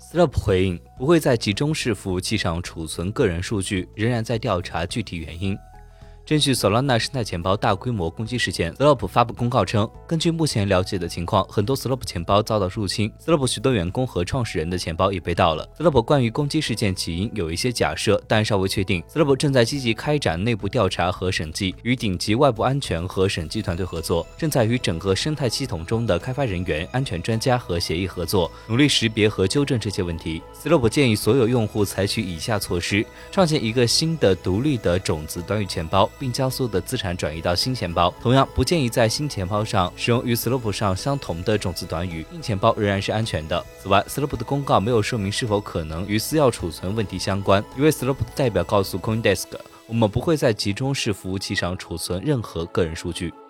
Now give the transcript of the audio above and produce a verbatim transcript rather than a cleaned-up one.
Slope 回应不会在集中式服务器上储存个人数据，仍然在调查具体原因。针对 Solana 生态钱包大规模攻击事件 ，Slope 发布公告称，根据目前了解的情况，很多 Slope 钱包遭到入侵 ，Slope 许多员工和创始人的钱包也被盗了。Slope 关于攻击事件起因有一些假设，但尚未确定。Slope 正在积极开展内部调查和审计，与顶级外部安全和审计团队合作，正在与整个生态系统中的开发人员、安全专家和协议合作，努力识别和纠正这些问题。Slope 建议所有用户采取以下措施：创建一个新的独立的种子短语钱包，并将所有的资产转移到新钱包。同样，不建议在新钱包上使用与 Slope 上相同的种子短语，硬钱包仍然是安全的。此外 ，Slope 的公告没有说明是否可能与私钥储存问题相关。一位 Slope 的代表告诉 CoinDesk， 我们不会在集中式服务器上储存任何个人数据。